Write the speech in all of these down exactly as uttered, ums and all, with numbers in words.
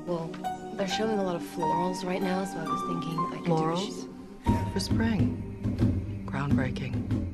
Well, they're showing a lot of florals right now, so I was thinking I could Florals? For spring. Groundbreaking.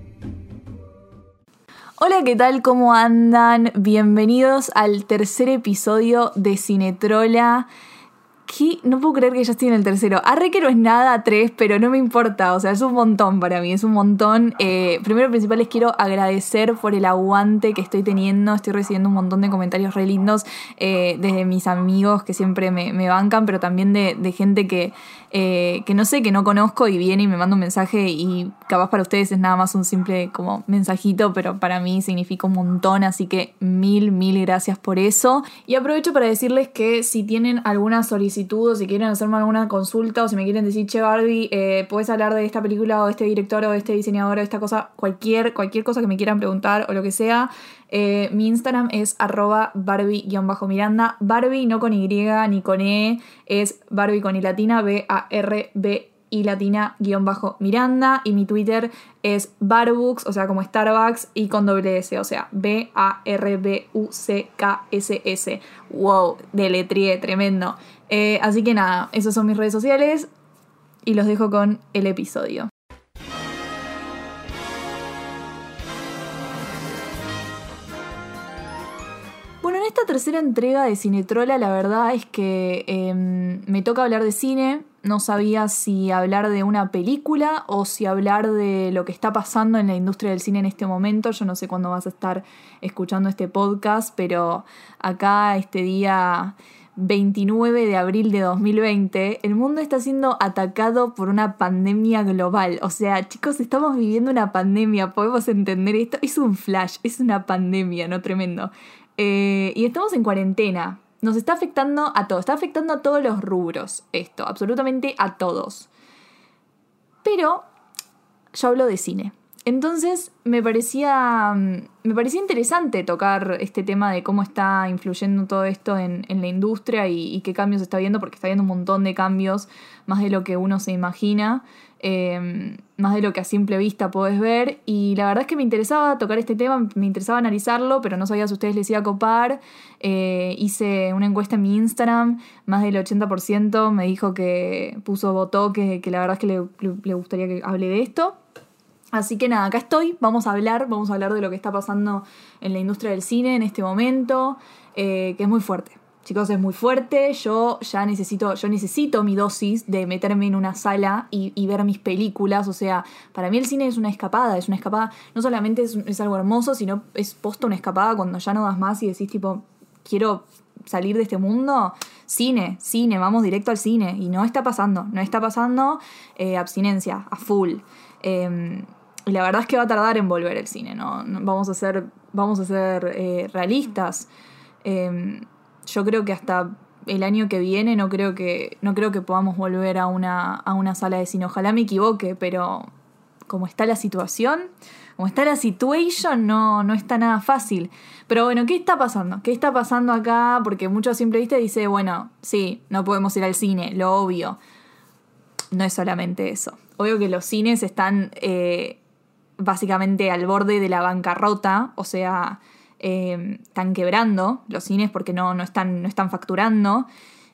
Hola, ¿qué tal? ¿Cómo andan? Bienvenidos al tercer episodio de Cinetrola. ¿Qué? No puedo creer que ya estoy en el tercero. Arre que no es nada tres, pero no me importa. O sea, es un montón para mí, es un montón. Eh, primero y principal les quiero agradecer por el aguante que estoy teniendo. Estoy recibiendo un montón de comentarios re lindos eh, desde mis amigos que siempre me, me bancan, pero también de, de gente que, eh, que no sé, que no conozco y viene y me manda un mensaje y capaz para ustedes es nada más un simple como mensajito, pero para mí significa un montón, así que mil, mil gracias por eso. Y aprovecho para decirles que si tienen alguna solicitud o si quieren hacerme alguna consulta o si me quieren decir, che Barbie, eh, ¿puedes hablar de esta película o de este director o de este diseñador o de esta cosa? Cualquier, cualquier cosa que me quieran preguntar o lo que sea. Eh, mi Instagram es arroba Barbie-Miranda. Barbie no con Y ni con E, es Barbie con I latina, B A R B y latina guión bajo Miranda, y mi Twitter es Barbux, o sea como Starbucks, y con doble S, o sea B A R B U C K S S. Wow, deletrié, tremendo. Eh, así que nada, esas son mis redes sociales y los dejo con el episodio. Bueno, en esta tercera entrega de Cinetrola la verdad es que eh, me toca hablar de cine. No sabía si hablar de una película o si hablar de lo que está pasando en la industria del cine en este momento. Yo no sé cuándo vas a estar escuchando este podcast, pero acá este día veintinueve de abril de dos mil veinte, el mundo está siendo atacado por una pandemia global. O sea, chicos, estamos viviendo una pandemia, podemos entender esto. Es un flash, es una pandemia, ¿no? Tremendo. Eh, y estamos en cuarentena. Nos está afectando a todos, está afectando a todos los rubros esto, absolutamente a todos. Pero yo hablo de cine. Entonces me parecía, me parecía interesante tocar este tema de cómo está influyendo todo esto en, en la industria y, y qué cambios está viendo, porque está viendo un montón de cambios, más de lo que uno se imagina, eh, más de lo que a simple vista podés ver. Y la verdad es que me interesaba tocar este tema, me interesaba analizarlo, pero no sabía si a ustedes les iba a copar. Eh, hice una encuesta en mi Instagram, más del ochenta por ciento me dijo que puso, votó, que, que la verdad es que le, le gustaría que hable de esto. Así que nada, acá estoy, vamos a hablar, vamos a hablar de lo que está pasando en la industria del cine en este momento, eh, que es muy fuerte. Chicos, es muy fuerte, yo ya necesito, yo necesito mi dosis de meterme en una sala y, y ver mis películas. O sea, para mí el cine es una escapada, es una escapada, no solamente es, es algo hermoso, sino es posta una escapada cuando ya no das más y decís tipo, quiero salir de este mundo. Cine, cine, vamos directo al cine. Y no está pasando, no está pasando, eh, abstinencia, a full. Eh, Y la verdad es que va a tardar en volver el cine, ¿no? Vamos a ser, vamos a ser eh, realistas. Eh, yo creo que hasta el año que viene no creo que, no creo que podamos volver a una, a una sala de cine. Ojalá me equivoque, pero como está la situación, como está la situation, no, no está nada fácil. Pero bueno, ¿qué está pasando? ¿Qué está pasando acá? Porque mucho a simple vista dice, bueno, sí, no podemos ir al cine, lo obvio. No es solamente eso. Obvio que los cines están eh, básicamente al borde de la bancarrota, o sea, eh, están quebrando los cines porque no, no, están, no están facturando.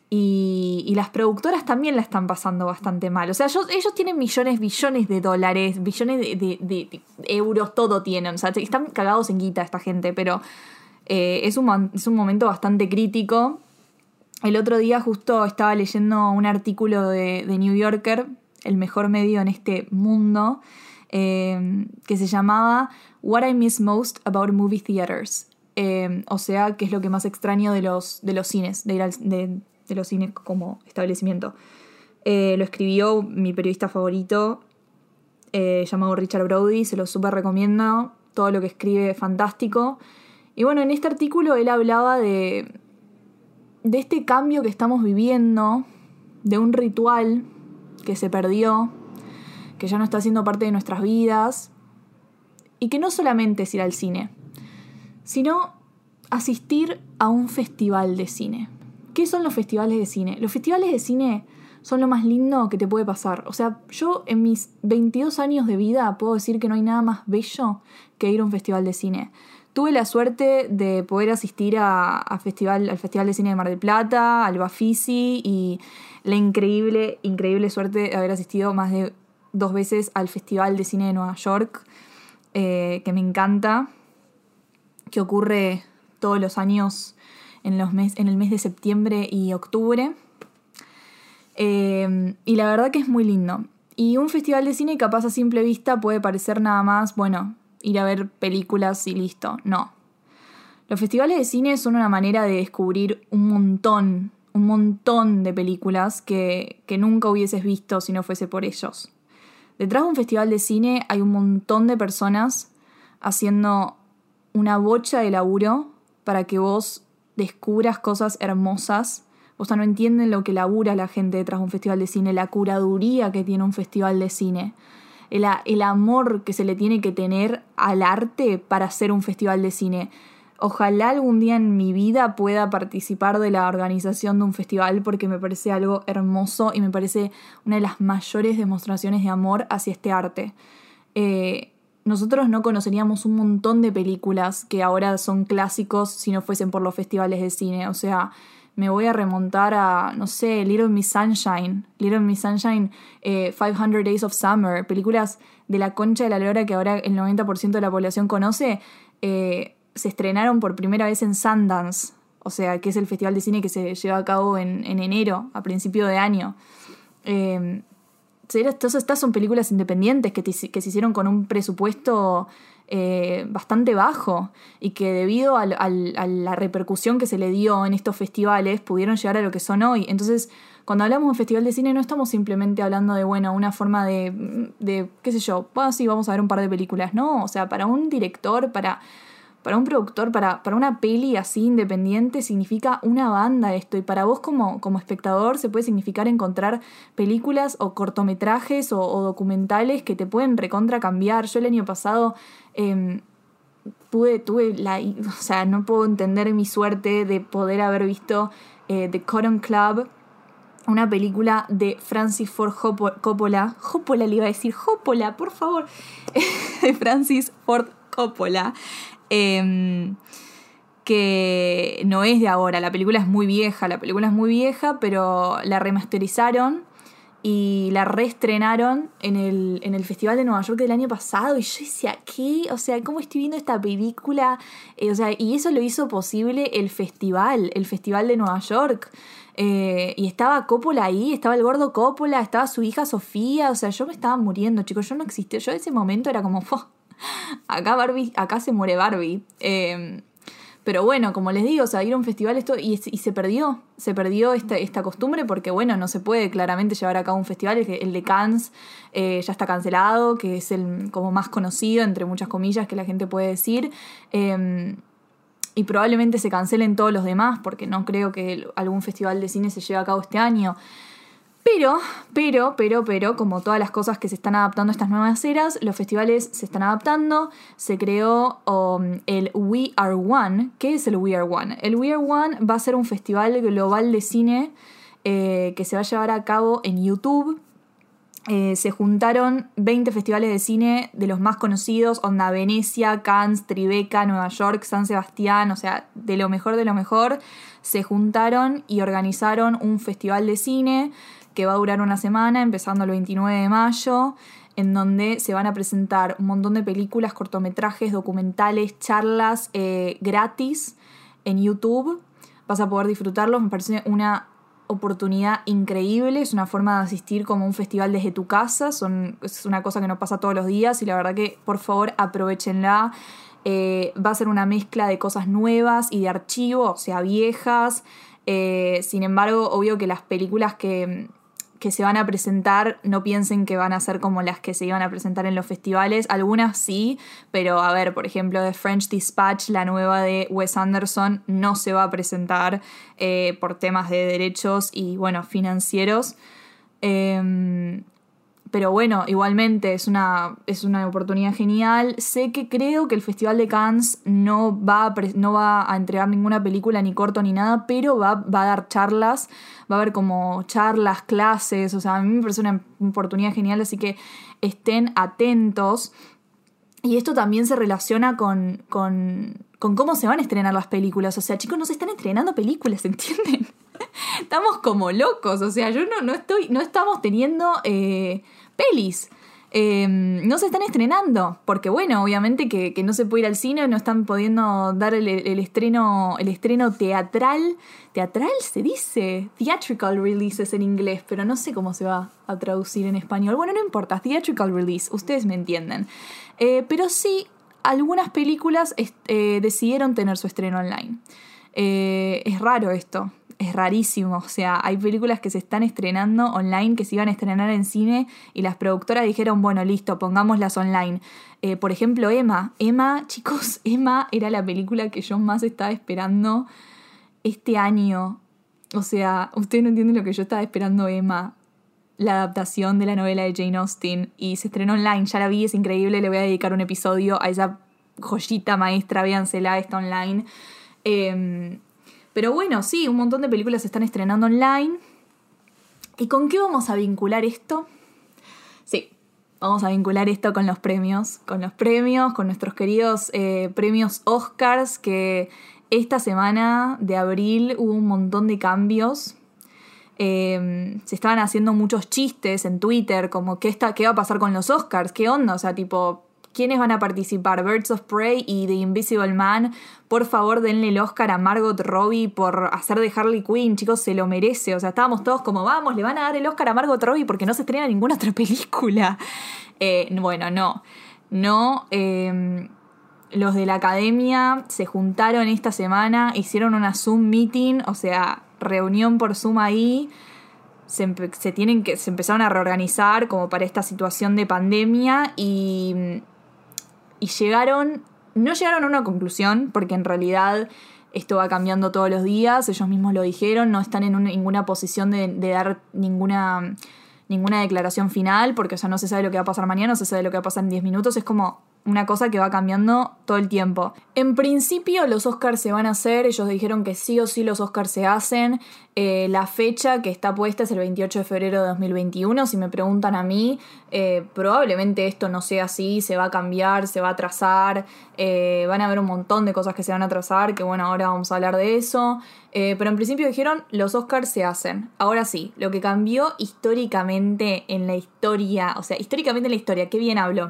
Y, y las productoras también la están pasando bastante mal. O sea, ellos, ellos tienen millones, billones de dólares, billones de, de, de, de euros, todo tienen. O sea, están cagados en guita esta gente, pero eh, es, un, es un momento bastante crítico. El otro día justo estaba leyendo un artículo de, de New Yorker, el mejor medio en este mundo, eh, que se llamaba What I Miss Most About Movie Theaters. Eh, o sea, qué es lo que más extraño de los, de los cines, de, ir al, de, de los cines como establecimiento. Eh, lo escribió mi periodista favorito, eh, llamado Richard Brody, se lo súper recomiendo, todo lo que escribe es fantástico. Y bueno, en este artículo él hablaba de, de este cambio que estamos viviendo, de un ritual que se perdió, que ya no está siendo parte de nuestras vidas, y que no solamente es ir al cine, sino asistir a un festival de cine. ¿Qué son los festivales de cine? Los festivales de cine son lo más lindo que te puede pasar. O sea, yo en mis veintidós años de vida puedo decir que no hay nada más bello que ir a un festival de cine. tuve la suerte de poder asistir a, a festival, al Festival de Cine de Mar del Plata, al Bafisi, y la increíble, increíble suerte de haber asistido más de dos veces al Festival de Cine de Nueva York, eh, que me encanta, que ocurre todos los años en, los mes, en el mes de septiembre y octubre. Eh, y la verdad que es muy lindo. Y un festival de cine capaz a simple vista puede parecer nada más, bueno, ir a ver películas y listo. No. Los festivales de cine son una manera de descubrir un montón, un montón de películas que, que nunca hubieses visto si no fuese por ellos. Detrás de un festival de cine hay un montón de personas haciendo una bocha de laburo para que vos descubras cosas hermosas. O sea, no entienden lo que labura la gente detrás de un festival de cine, la curaduría que tiene un festival de cine, el, el amor que se le tiene que tener al arte para hacer un festival de cine. Ojalá algún día en mi vida pueda participar de la organización de un festival porque me parece algo hermoso y me parece una de las mayores demostraciones de amor hacia este arte. Eh, nosotros no conoceríamos un montón de películas que ahora son clásicos si no fuesen por los festivales de cine. O sea, me voy a remontar a, no sé, Little Miss Sunshine, Little Miss Sunshine, eh, quinientos Days of Summer, películas de la concha de la lora que ahora el noventa por ciento de la población conoce, eh, se estrenaron por primera vez en Sundance, o sea, que es el festival de cine que se lleva a cabo en, en enero, a principio de año. Eh, Todas estas son películas independientes que, te, que se hicieron con un presupuesto eh, bastante bajo y que debido al, al, a la repercusión que se le dio en estos festivales pudieron llegar a lo que son hoy. Entonces, cuando hablamos de un festival de cine no estamos simplemente hablando de, bueno, una forma de, de qué sé yo, pues sí, vamos a ver un par de películas. No, o sea, para un director, para... Para un productor, para, para una peli así independiente, significa una banda esto. Y para vos como, como espectador se puede significar encontrar películas o cortometrajes o, o documentales que te pueden recontra cambiar. Yo el año pasado eh, pude, tuve la... O sea, no puedo entender mi suerte de poder haber visto eh, The Cotton Club, una película de Francis Ford Coppola. Coppola le iba a decir, Coppola, por favor. De Francis Ford Coppola. Eh, que no es de ahora, la película es muy vieja, la película es muy vieja, pero la remasterizaron y la reestrenaron en el, en el Festival de Nueva York del año pasado y yo decía, ¿qué? O sea, ¿cómo estoy viendo esta película? Eh, o sea, y eso lo hizo posible el festival, el Festival de Nueva York. Eh, y estaba Coppola ahí, estaba el gordo Coppola, estaba su hija Sofía, o sea, yo me estaba muriendo, chicos, yo no existía, yo en ese momento era como, ¡oh! Acá Barbie, acá se muere Barbie. Eh, pero bueno, como les digo, o sea, ir a un festival esto y, y se perdió, se perdió esta, esta costumbre porque, bueno, no se puede claramente llevar a cabo un festival. El, el de Cannes eh, ya está cancelado, que es el como más conocido, entre muchas comillas, que la gente puede decir. Eh, y probablemente se cancelen todos los demás porque no creo que el, algún festival de cine se lleve a cabo este año. Pero, pero, pero, pero, como todas las cosas que se están adaptando a estas nuevas eras, los festivales se están adaptando. Se creó um, el We Are One. ¿Qué es el We Are One? El We Are One va a ser un festival global de cine eh, que se va a llevar a cabo en YouTube. Eh, se juntaron veinte festivales de cine de los más conocidos, onda Venecia, Cannes, Tribeca, Nueva York, San Sebastián, o sea, de lo mejor de lo mejor. Se juntaron y organizaron un festival de cine que va a durar una semana, empezando el veintinueve de mayo, en donde se van a presentar un montón de películas, cortometrajes, documentales, charlas eh, gratis en YouTube. Vas a poder disfrutarlos, me parece una oportunidad increíble, es una forma de asistir como un festival desde tu casa, Son, es una cosa que no pasa todos los días y la verdad que por favor aprovechenla. Eh, va a ser una mezcla de cosas nuevas y de archivos, o sea, viejas. Eh, sin embargo, obvio que las películas que... que se van a presentar, no piensen que van a ser como las que se iban a presentar en los festivales. Algunas sí, pero a ver, por ejemplo, The French Dispatch, la nueva de Wes Anderson, no se va a presentar eh, por temas de derechos y, bueno, financieros. Eh, pero bueno, igualmente es una, es una oportunidad genial. Sé que creo que el Festival de Cannes no va a, pre- no va a entregar ninguna película, ni corto, ni nada, pero va, va a dar charlas, va a haber como charlas, clases, o sea, a mí me parece una oportunidad genial, así que estén atentos. Y esto también se relaciona con, con, con cómo se van a estrenar las películas. O sea, chicos, no se están estrenando películas, ¿entienden? Estamos como locos, o sea, yo no, no estoy, no estamos teniendo eh, pelis. Eh, no se están estrenando, porque bueno, obviamente que, que no se puede ir al cine, no están pudiendo dar el, el estreno, el estreno teatral. ¿Teatral se dice? Theatrical releases en inglés, pero no sé cómo se va a traducir en español. Bueno, no importa, theatrical release, ustedes me entienden. Eh, pero sí, algunas películas eh, decidieron tener su estreno online. Eh, es raro esto. Es rarísimo, o sea, hay películas que se están estrenando online, que se iban a estrenar en cine y las productoras dijeron, bueno, listo, pongámoslas online. Eh, por ejemplo, Emma. Emma, chicos, Emma era la película que yo más estaba esperando este año. O sea, ustedes no entienden lo que yo estaba esperando, Emma. La adaptación de la novela de Jane Austen y se estrenó online, ya la vi, es increíble, le voy a dedicar un episodio a esa joyita maestra, véansela, está online. Eh... Pero bueno, sí, un montón de películas se están estrenando online. ¿Y con qué vamos a vincular esto? Sí, vamos a vincular esto con los premios. Con los premios, con nuestros queridos eh, premios Oscars, que esta semana de abril hubo un montón de cambios. Eh, se estaban haciendo muchos chistes en Twitter, como ¿qué, está, qué va a pasar con los Oscars? ¿Qué onda? O sea, tipo, ¿quiénes van a participar? Birds of Prey y The Invisible Man. Por favor, denle el Oscar a Margot Robbie por hacer de Harley Quinn. Chicos, se lo merece. O sea, estábamos todos como, vamos, le van a dar el Oscar a Margot Robbie porque no se estrena ninguna otra película. Eh, bueno, no. No. Eh, los de la academia se juntaron esta semana, hicieron una Zoom meeting, o sea, reunión por Zoom ahí. Se, empe- se, tienen que, se empezaron a reorganizar como para esta situación de pandemia y... Y llegaron, no llegaron a una conclusión, porque en realidad esto va cambiando todos los días, ellos mismos lo dijeron, no están en una, ninguna posición de, de dar ninguna, ninguna declaración final, porque o sea, no se sabe lo que va a pasar mañana, no se sabe lo que va a pasar en diez minutos, es como una cosa que va cambiando todo el tiempo. En principio los Oscars se van a hacer, ellos dijeron que sí o sí los Oscars se hacen. Eh, la fecha que está puesta es el veintiocho de febrero de dos mil veintiuno, si me preguntan a mí, eh, probablemente esto no sea así, se va a cambiar, se va a atrasar, eh, van a haber un montón de cosas que se van a atrasar, que bueno, ahora vamos a hablar de eso. Eh, pero en principio dijeron, los Oscars se hacen. Ahora sí, lo que cambió históricamente en la historia, o sea, históricamente en la historia, qué bien hablo,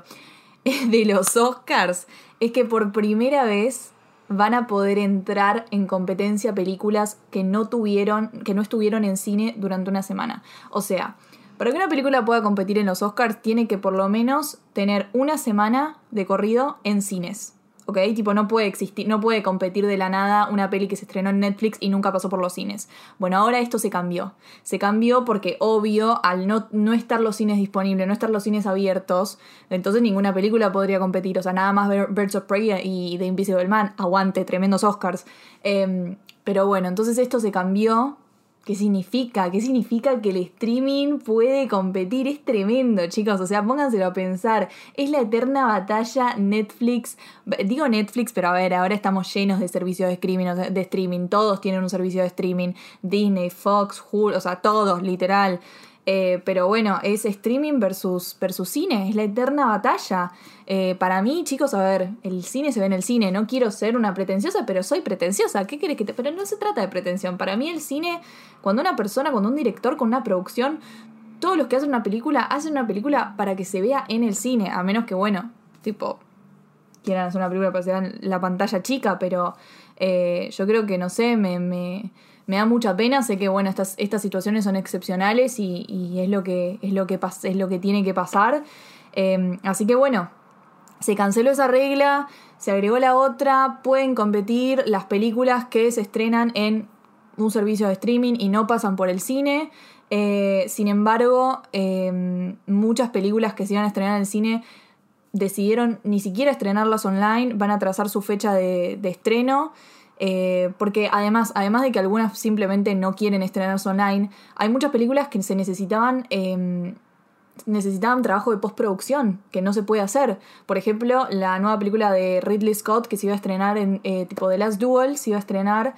de los Oscars, es que por primera vez van a poder entrar en competencia películas que no tuvieron, que no estuvieron en cine durante una semana. O sea, para que una película pueda competir en los Oscars, tiene que por lo menos tener una semana de corrido en cines. ¿Ok? Tipo, no puede existir, no puede competir de la nada una peli que se estrenó en Netflix y nunca pasó por los cines. Bueno, ahora esto se cambió. Se cambió porque, obvio, al no, no estar los cines disponibles, no estar los cines abiertos, entonces ninguna película podría competir. O sea, nada más Birds of Prey y The Invisible Man. Aguante, tremendos Oscars. Eh, pero bueno, entonces esto se cambió. ¿Qué significa? ¿Qué significa que el streaming puede competir? Es tremendo, chicos. O sea, pónganselo a pensar. Es la eterna batalla Netflix. Digo Netflix, pero a ver, ahora estamos llenos de servicios de streaming. De streaming. Todos tienen un servicio de streaming. Disney, Fox, Hulu, o sea, todos, literal. Eh, pero bueno, es streaming versus, versus cine, es la eterna batalla. Eh, para mí, chicos, a ver, el cine se ve en el cine. No quiero ser una pretenciosa, pero soy pretenciosa. ¿Qué querés que te...? Pero no se trata de pretensión. Para mí el cine, cuando una persona, cuando un director con una producción, todos los que hacen una película, hacen una película para que se vea en el cine. A menos que, bueno, tipo, quieran hacer una película para que se vea en la pantalla chica, pero eh, yo creo que, no sé, me... me Me da mucha pena, sé que bueno, estas, estas situaciones son excepcionales y, y es, lo que, es, lo que pas- es lo que tiene que pasar. Eh, así que bueno, se canceló esa regla, se agregó la otra, pueden competir las películas que se estrenan en un servicio de streaming y no pasan por el cine. Eh, sin embargo, eh, muchas películas que se iban a estrenar en el cine decidieron ni siquiera estrenarlas online, van a atrasar su fecha de, de estreno. Eh, porque además, además de que algunas simplemente no quieren estrenarse online, hay muchas películas que se necesitaban eh, necesitaban trabajo de postproducción que no se puede hacer. Por ejemplo, la nueva película de Ridley Scott que se iba a estrenar en eh, tipo The Last Duel, se iba a estrenar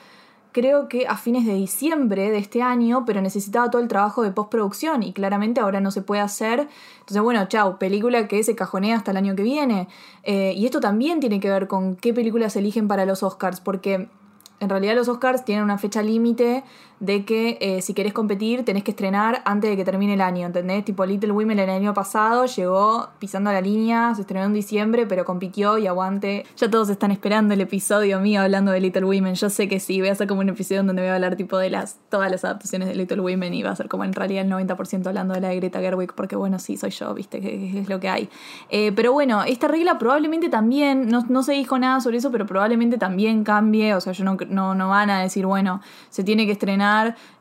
creo que a fines de diciembre de este año, pero necesitaba todo el trabajo de postproducción y claramente ahora no se puede hacer. Entonces, bueno, chau, película que se cajonea hasta el año que viene. Eh, y esto también tiene que ver con qué películas se eligen para los Oscars, porque en realidad los Oscars tienen una fecha límite de que eh, si querés competir tenés que estrenar antes de que termine el año, ¿entendés? Tipo Little Women el año pasado llegó pisando la línea, se estrenó en diciembre, pero compitió y aguante. Ya todos están esperando el episodio mío hablando de Little Women. Yo sé que sí, voy a hacer como un episodio donde voy a hablar tipo de las todas las adaptaciones de Little Women y va a ser como en realidad el noventa por ciento hablando de la de Greta Gerwig, porque bueno, sí, soy yo, viste, que, que es lo que hay. Eh, pero bueno, esta regla probablemente también, no, no se dijo nada sobre eso, pero probablemente también cambie. O sea, yo no, no, no van a decir, bueno, se tiene que estrenar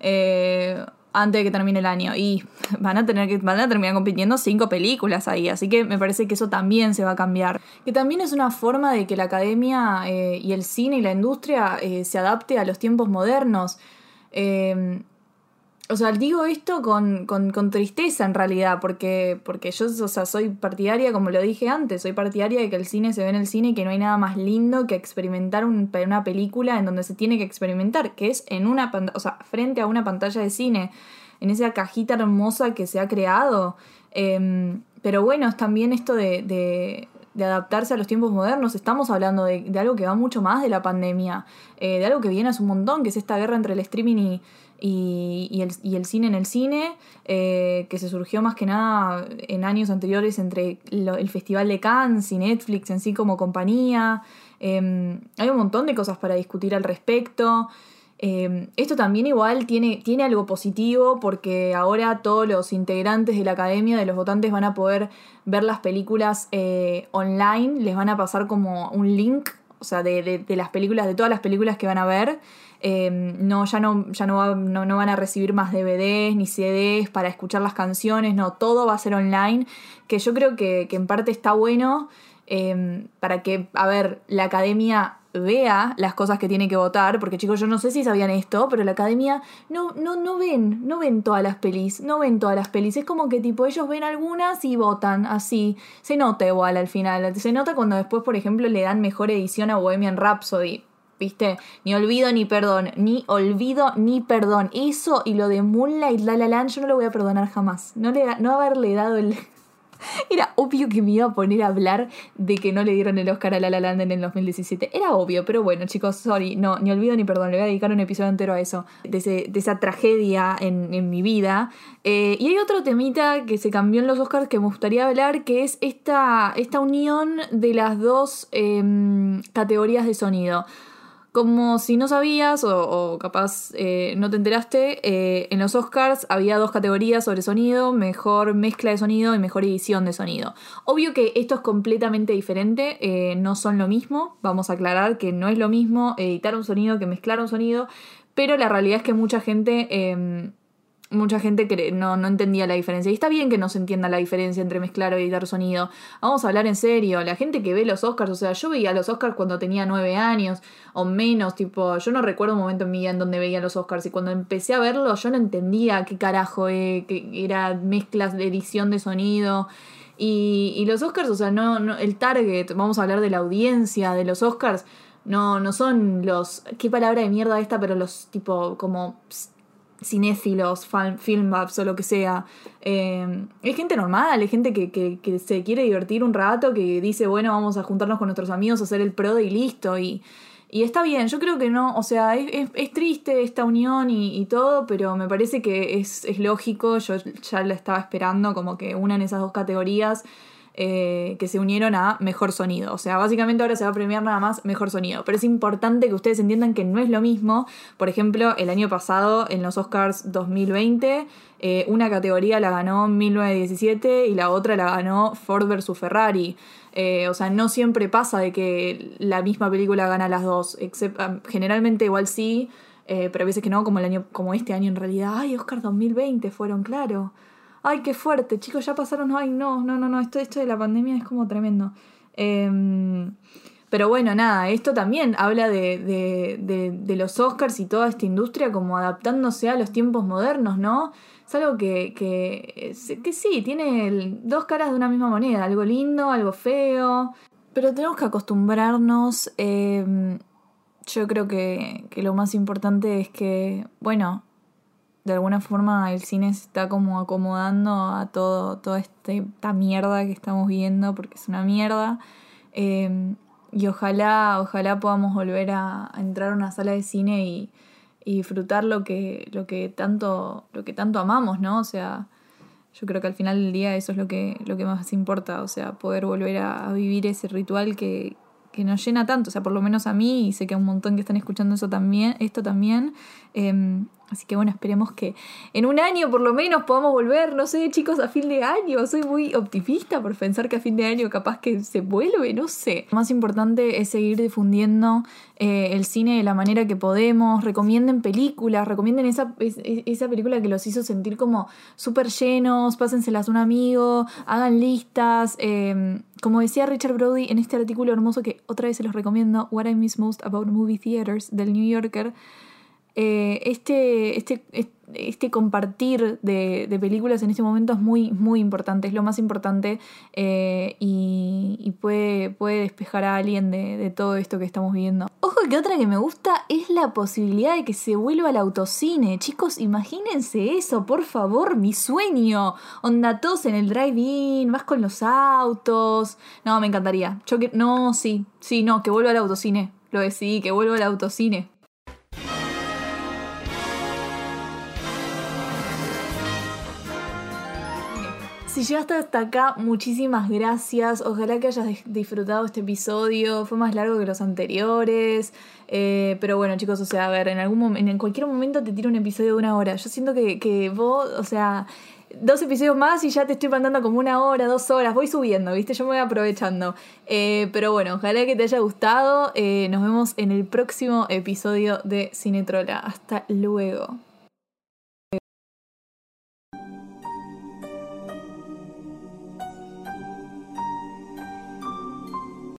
Eh, antes de que termine el año y van a tener que van a terminar compitiendo cinco películas ahí, así que me parece que eso también se va a cambiar, que también es una forma de que la academia eh, y el cine y la industria eh, se adapte a los tiempos modernos. eh, O sea, digo esto con, con, con tristeza en realidad, porque, porque yo, o sea, soy partidaria, como lo dije antes, soy partidaria de que el cine se ve en el cine y que no hay nada más lindo que experimentar un, una película en donde se tiene que experimentar, que es en una pantalla, o sea, frente a una pantalla de cine, en esa cajita hermosa que se ha creado. Eh, pero bueno, es también esto de, de, de adaptarse a los tiempos modernos. Estamos hablando de, de algo que va mucho más de la pandemia, eh, de algo que viene hace un montón, que es esta guerra entre el streaming y Y, y, el, y el cine en el cine, eh, que se surgió más que nada en años anteriores entre lo, el Festival de Cannes y Netflix en sí como compañía. Eh, hay un montón de cosas para discutir al respecto. Eh, esto también igual tiene, tiene algo positivo, porque ahora todos los integrantes de la academia, de los votantes, van a poder ver las películas eh, online. Les van a pasar como un link, o sea, de, de, de las películas, de todas las películas que van a ver. Eh, no, ya no, ya no, va, no, no van a recibir más D V Ds ni C Ds para escuchar las canciones, no, todo va a ser online, que yo creo que, que en parte está bueno, eh, para que, a ver, la academia vea las cosas que tiene que votar, porque chicos, yo no sé si sabían esto, pero la academia no, no, no ven, no ven todas las pelis, no ven todas las pelis, es como que tipo ellos ven algunas y votan así, se nota igual al final, se nota cuando después, por ejemplo, le dan mejor edición a Bohemian Rhapsody, ¿viste? Ni olvido ni perdón, ni olvido ni perdón, eso y lo de Moonlight, La La Land, yo no lo voy a perdonar jamás, no, le, no haberle dado el... Era obvio que me iba a poner a hablar de que no le dieron el Oscar a La La Land en el dos mil diecisiete. Era obvio, pero bueno, chicos, sorry. No, ni olvido ni perdón. Le voy a dedicar un episodio entero a eso. De, ese, de esa tragedia en, en mi vida. Eh, y hay otro temita que se cambió en los Oscars que me gustaría hablar, que es esta, esta unión de las dos eh, categorías de sonido. Como si no sabías o, o capaz eh, no te enteraste, eh, en los Oscars había dos categorías sobre sonido: mejor mezcla de sonido y mejor edición de sonido. Obvio que esto es completamente diferente, eh, no son lo mismo, vamos a aclarar que no es lo mismo editar un sonido que mezclar un sonido, pero la realidad es que mucha gente... Eh, Mucha gente que no, no entendía la diferencia. Y está bien que no se entienda la diferencia entre mezclar o editar sonido. Vamos a hablar en serio. La gente que ve los Oscars, o sea, yo veía los Oscars cuando tenía nueve años o menos. Tipo, yo no recuerdo un momento en mi vida en donde veía los Oscars. Y cuando empecé a verlos, yo no entendía qué carajo eh, que era mezclas de edición de sonido. Y, y los Oscars, o sea, no, no, el target, vamos a hablar de la audiencia de los Oscars, no, no son los... ¿Qué palabra de mierda esta? Pero los tipo como... Pst, cinéfilos, film buffs o lo que sea. Eh, es gente normal, es gente que, que, que se quiere divertir un rato, que dice, bueno, vamos a juntarnos con nuestros amigos a hacer el pro y listo. Y, y está bien, yo creo que no, o sea, es, es, es triste esta unión y, y todo, pero me parece que es, es lógico. Yo ya la estaba esperando, como que unan esas dos categorías. Eh, que se unieron a mejor sonido. O sea, básicamente ahora se va a premiar nada más mejor sonido. Pero es importante que ustedes entiendan que no es lo mismo. Por ejemplo, el año pasado, en los Oscars dos mil veinte, eh, una categoría la ganó mil novecientos diecisiete y la otra la ganó Ford versus Ferrari. Eh, o sea, no siempre pasa de que la misma película gana las dos. Except, generalmente igual sí, eh, pero a veces que no, como el año, como este año en realidad. Ay, Oscar dos mil veinte fueron, claro. Ay, qué fuerte, chicos, ya pasaron, ay, no, no, no, no, esto, esto de la pandemia es como tremendo. Eh, pero bueno, nada, esto también habla de, de, de, de los Oscars y toda esta industria como adaptándose a los tiempos modernos, ¿no? Es algo que, que, que sí, tiene dos caras de una misma moneda, algo lindo, algo feo, pero tenemos que acostumbrarnos. Eh, yo creo que, que lo más importante es que, bueno, de alguna forma el cine se está como acomodando a todo, toda este, esta mierda que estamos viendo, porque es una mierda. Eh, y ojalá, ojalá podamos volver a, a entrar a una sala de cine y, y disfrutar lo que, lo que tanto, lo que tanto amamos, ¿no? O sea, yo creo que al final del día eso es lo que, lo que más importa, o sea, poder volver a, a vivir ese ritual que, que nos llena tanto, o sea, por lo menos a mí, y sé que a un montón que están escuchando eso también, esto también. Eh, así que bueno, esperemos que en un año por lo menos podamos volver, no sé, chicos, a fin de año. Soy muy optimista por pensar que a fin de año capaz que se vuelve, no sé. Lo más importante es seguir difundiendo eh, el cine de la manera que podemos. Recomienden películas, recomienden esa, es, esa película que los hizo sentir como súper llenos, pásenselas a un amigo, hagan listas. Eh, como decía Richard Brody en este artículo hermoso que otra vez se los recomiendo, What I Miss Most About Movie Theaters, del New Yorker, eh, este, este, este compartir de, de películas en este momento es muy, muy importante, es lo más importante, eh, y, y puede, puede despejar a alguien de, de todo esto que estamos viendo. Ojo que otra que me gusta es la posibilidad de que se vuelva al autocine. Chicos, imagínense eso, por favor, mi sueño. Onda, todos en el drive-in, vas con los autos. No, me encantaría. Yo que, no, sí, sí, no, que vuelva al autocine. Lo decidí, que vuelva al autocine. Si llegaste hasta acá, muchísimas gracias. Ojalá que hayas disfrutado este episodio. Fue más largo que los anteriores. Eh, pero bueno, chicos, o sea, a ver, en algún mom- en cualquier momento te tiro un episodio de una hora. Yo siento que, que vos, o sea, dos episodios más y ya te estoy mandando como una hora, dos horas. Voy subiendo, ¿viste? Yo me voy aprovechando. Eh, pero bueno, ojalá que te haya gustado. Eh, nos vemos en el próximo episodio de Cinetrola. Hasta luego.